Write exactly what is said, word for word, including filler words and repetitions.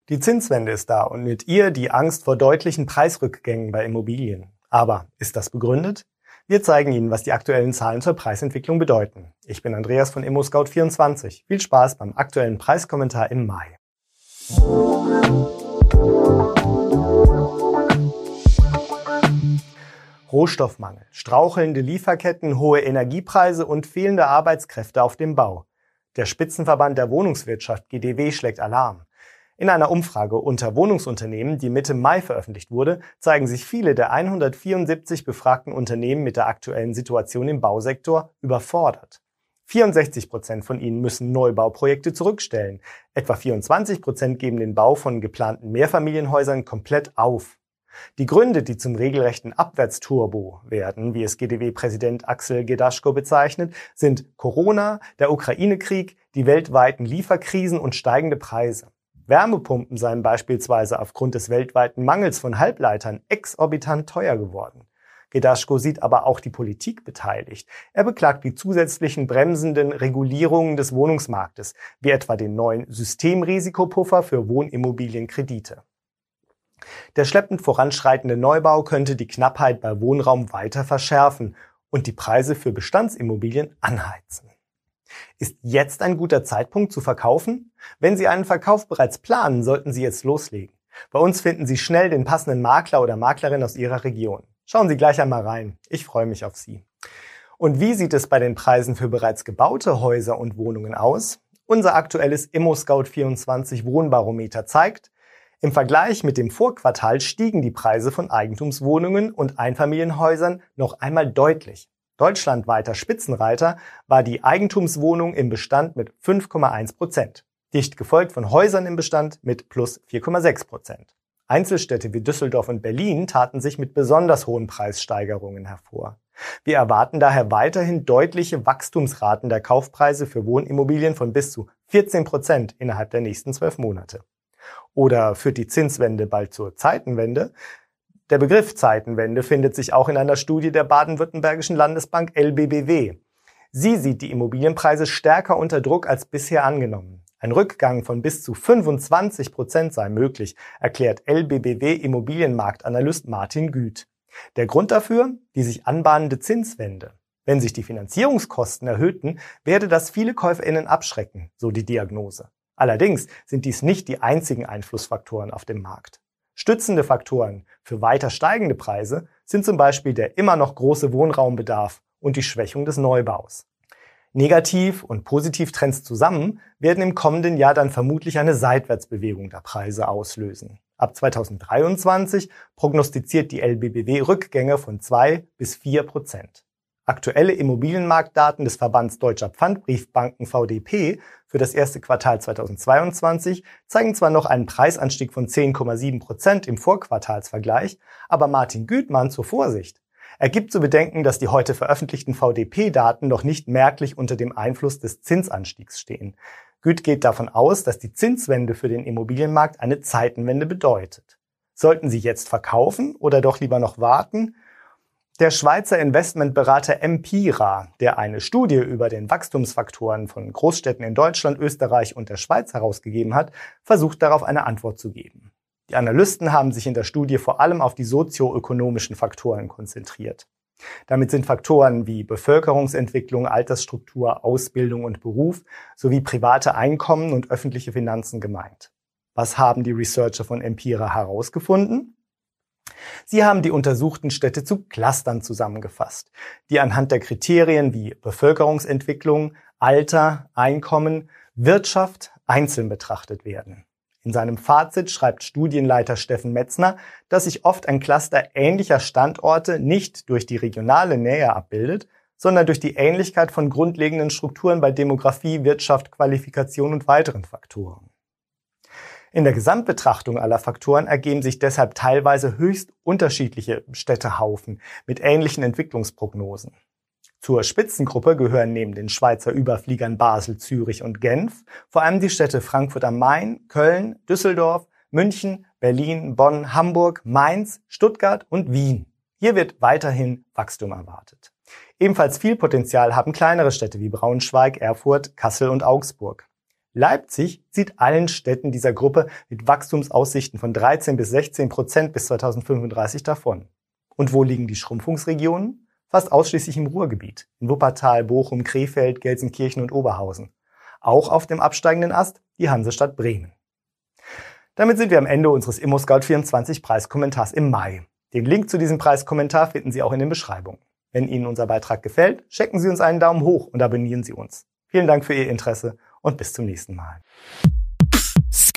Die Zinswende ist da und mit ihr die Angst vor deutlichen Preisrückgängen bei Immobilien. Aber ist das begründet? Wir zeigen Ihnen, was die aktuellen Zahlen zur Preisentwicklung bedeuten. Ich bin Andreas von ImmoScout vierundzwanzig. Viel Spaß beim aktuellen Preiskommentar im Mai. Rohstoffmangel, strauchelnde Lieferketten, hohe Energiepreise und fehlende Arbeitskräfte auf dem Bau. Der Spitzenverband der Wohnungswirtschaft G D W schlägt Alarm. In einer Umfrage unter Wohnungsunternehmen, die Mitte Mai veröffentlicht wurde, zeigen sich viele der hundertvierundsiebzig befragten Unternehmen mit der aktuellen Situation im Bausektor überfordert. vierundsechzig Prozent von ihnen müssen Neubauprojekte zurückstellen. Etwa vierundzwanzig Prozent geben den Bau von geplanten Mehrfamilienhäusern komplett auf. Die Gründe, die zum regelrechten Abwärtsturbo werden, wie es G D W-Präsident Axel Gedaschko bezeichnet, sind Corona, der Ukraine-Krieg, die weltweiten Lieferkrisen und steigende Preise. Wärmepumpen seien beispielsweise aufgrund des weltweiten Mangels von Halbleitern exorbitant teuer geworden. Gedaschko sieht aber auch die Politik beteiligt. Er beklagt die zusätzlichen bremsenden Regulierungen des Wohnungsmarktes, wie etwa den neuen Systemrisikopuffer für Wohnimmobilienkredite. Der schleppend voranschreitende Neubau könnte die Knappheit bei Wohnraum weiter verschärfen und die Preise für Bestandsimmobilien anheizen. Ist jetzt ein guter Zeitpunkt zu verkaufen? Wenn Sie einen Verkauf bereits planen, sollten Sie jetzt loslegen. Bei uns finden Sie schnell den passenden Makler oder Maklerin aus Ihrer Region. Schauen Sie gleich einmal rein. Ich freue mich auf Sie. Und wie sieht es bei den Preisen für bereits gebaute Häuser und Wohnungen aus? Unser aktuelles ImmoScout vierundzwanzig Wohnbarometer zeigt, im Vergleich mit dem Vorquartal stiegen die Preise von Eigentumswohnungen und Einfamilienhäusern noch einmal deutlich. Deutschlandweiter Spitzenreiter war die Eigentumswohnung im Bestand mit fünf Komma eins Prozent, dicht gefolgt von Häusern im Bestand mit plus vier Komma sechs Prozent. Einzelstädte wie Düsseldorf und Berlin taten sich mit besonders hohen Preissteigerungen hervor. Wir erwarten daher weiterhin deutliche Wachstumsraten der Kaufpreise für Wohnimmobilien von bis zu vierzehn Prozent innerhalb der nächsten zwölf Monate. Oder führt die Zinswende bald zur Zeitenwende? Der Begriff Zeitenwende findet sich auch in einer Studie der baden-württembergischen Landesbank L B B W. Sie sieht die Immobilienpreise stärker unter Druck als bisher angenommen. Ein Rückgang von bis zu fünfundzwanzig Prozent sei möglich, erklärt L B B W-Immobilienmarktanalyst Martin Güth. Der Grund dafür? Die sich anbahnende Zinswende. Wenn sich die Finanzierungskosten erhöhten, werde das viele KäuferInnen abschrecken, so die Diagnose. Allerdings sind dies nicht die einzigen Einflussfaktoren auf dem Markt. Stützende Faktoren für weiter steigende Preise sind zum Beispiel der immer noch große Wohnraumbedarf und die Schwächung des Neubaus. Negativ- und Positivtrends zusammen werden im kommenden Jahr dann vermutlich eine Seitwärtsbewegung der Preise auslösen. Ab zweitausenddreiundzwanzig prognostiziert die L B B W Rückgänge von zwei bis vier Prozent. Aktuelle Immobilienmarktdaten des Verbands Deutscher Pfandbriefbanken V D P für das erste Quartal zweitausendzweiundzwanzig zeigen zwar noch einen Preisanstieg von zehn Komma sieben Prozent im Vorquartalsvergleich, aber Martin Güth mahnt zur Vorsicht. Er gibt zu bedenken, dass die heute veröffentlichten V D P-Daten noch nicht merklich unter dem Einfluss des Zinsanstiegs stehen. Güth geht davon aus, dass die Zinswende für den Immobilienmarkt eine Zeitenwende bedeutet. Sollten Sie jetzt verkaufen oder doch lieber noch warten? Der Schweizer Investmentberater Empira, der eine Studie über den Wachstumsfaktoren von Großstädten in Deutschland, Österreich und der Schweiz herausgegeben hat, versucht darauf eine Antwort zu geben. Die Analysten haben sich in der Studie vor allem auf die sozioökonomischen Faktoren konzentriert. Damit sind Faktoren wie Bevölkerungsentwicklung, Altersstruktur, Ausbildung und Beruf sowie private Einkommen und öffentliche Finanzen gemeint. Was haben die Researcher von Empira herausgefunden? Sie haben die untersuchten Städte zu Clustern zusammengefasst, die anhand der Kriterien wie Bevölkerungsentwicklung, Alter, Einkommen, Wirtschaft einzeln betrachtet werden. In seinem Fazit schreibt Studienleiter Steffen Metzner, dass sich oft ein Cluster ähnlicher Standorte nicht durch die regionale Nähe abbildet, sondern durch die Ähnlichkeit von grundlegenden Strukturen bei Demografie, Wirtschaft, Qualifikation und weiteren Faktoren. In der Gesamtbetrachtung aller Faktoren ergeben sich deshalb teilweise höchst unterschiedliche Städtehaufen mit ähnlichen Entwicklungsprognosen. Zur Spitzengruppe gehören neben den Schweizer Überfliegern Basel, Zürich und Genf vor allem die Städte Frankfurt am Main, Köln, Düsseldorf, München, Berlin, Bonn, Hamburg, Mainz, Stuttgart und Wien. Hier wird weiterhin Wachstum erwartet. Ebenfalls viel Potenzial haben kleinere Städte wie Braunschweig, Erfurt, Kassel und Augsburg. Leipzig zieht allen Städten dieser Gruppe mit Wachstumsaussichten von dreizehn bis sechzehn Prozent bis zweitausendfünfunddreißig davon. Und wo liegen die Schrumpfungsregionen? Fast ausschließlich im Ruhrgebiet, in Wuppertal, Bochum, Krefeld, Gelsenkirchen und Oberhausen. Auch auf dem absteigenden Ast die Hansestadt Bremen. Damit sind wir am Ende unseres ImmoScout vierundzwanzig Preiskommentars im Mai. Den Link zu diesem Preiskommentar finden Sie auch in den Beschreibungen. Wenn Ihnen unser Beitrag gefällt, schenken Sie uns einen Daumen hoch und abonnieren Sie uns. Vielen Dank für Ihr Interesse und bis zum nächsten Mal.